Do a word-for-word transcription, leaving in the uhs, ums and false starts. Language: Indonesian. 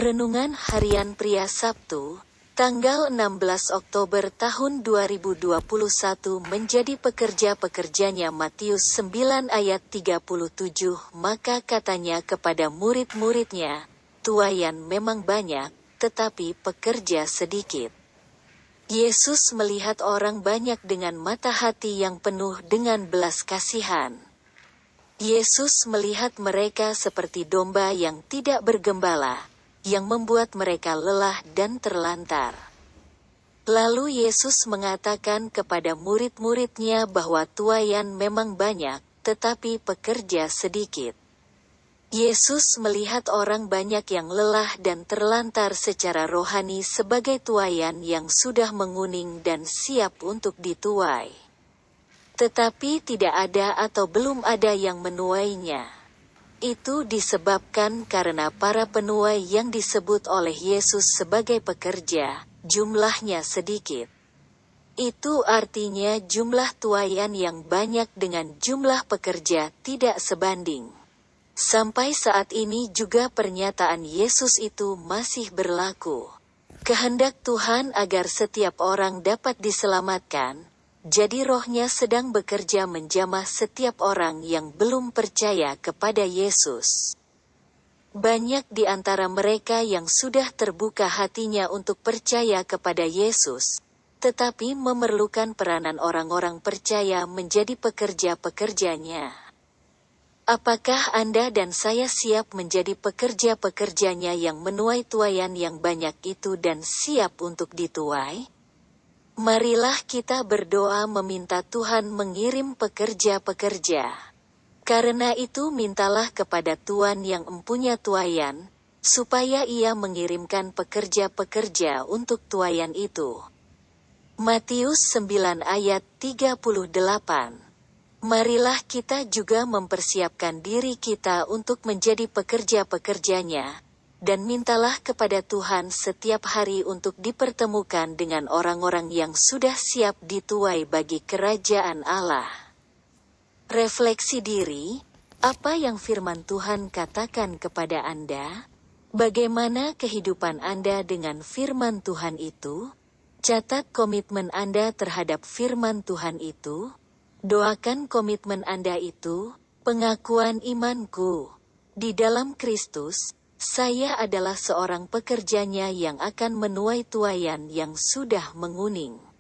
Renungan Harian Pria Sabtu, tanggal enam belas Oktober tahun dua ribu dua puluh satu menjadi pekerja-pekerjanya. Matius sembilan ayat tiga puluh tujuh. Maka katanya kepada murid-muridnya, tuaian memang banyak, tetapi pekerja sedikit. Yesus melihat orang banyak dengan mata hati yang penuh dengan belas kasihan. Yesus melihat mereka seperti domba yang tidak bergembala, yang membuat mereka lelah dan terlantar. Lalu Yesus mengatakan kepada murid-muridnya bahwa tuaian memang banyak, tetapi pekerja sedikit. Yesus melihat orang banyak yang lelah dan terlantar secara rohani sebagai tuaian yang sudah menguning dan siap untuk dituai. Tetapi tidak ada atau belum ada yang menuainya. Itu disebabkan karena para penuai yang disebut oleh Yesus sebagai pekerja, jumlahnya sedikit. Itu artinya jumlah tuaian yang banyak dengan jumlah pekerja tidak sebanding. Sampai saat ini juga pernyataan Yesus itu masih berlaku. Kehendak Tuhan agar setiap orang dapat diselamatkan. Jadi Roh-Nya sedang bekerja menjamah setiap orang yang belum percaya kepada Yesus. Banyak di antara mereka yang sudah terbuka hatinya untuk percaya kepada Yesus, tetapi memerlukan peranan orang-orang percaya menjadi pekerja-pekerjanya. Apakah Anda dan saya siap menjadi pekerja-pekerjanya yang menuai tuaian yang banyak itu dan siap untuk dituai? Marilah kita berdoa meminta Tuhan mengirim pekerja-pekerja. Karena itu mintalah kepada Tuhan yang empunya tuaian, supaya Ia mengirimkan pekerja-pekerja untuk tuaian itu. Matius sembilan ayat tiga puluh delapan. Marilah kita juga mempersiapkan diri kita untuk menjadi pekerja-pekerjanya, dan mintalah kepada Tuhan setiap hari untuk dipertemukan dengan orang-orang yang sudah siap dituai bagi kerajaan Allah. Refleksi diri, apa yang firman Tuhan katakan kepada Anda? Bagaimana kehidupan Anda dengan firman Tuhan itu? Catat komitmen Anda terhadap firman Tuhan itu. Doakan komitmen Anda itu, pengakuan imanku. Di dalam Kristus, saya adalah seorang pekerjanya yang akan menuai tuaian yang sudah menguning.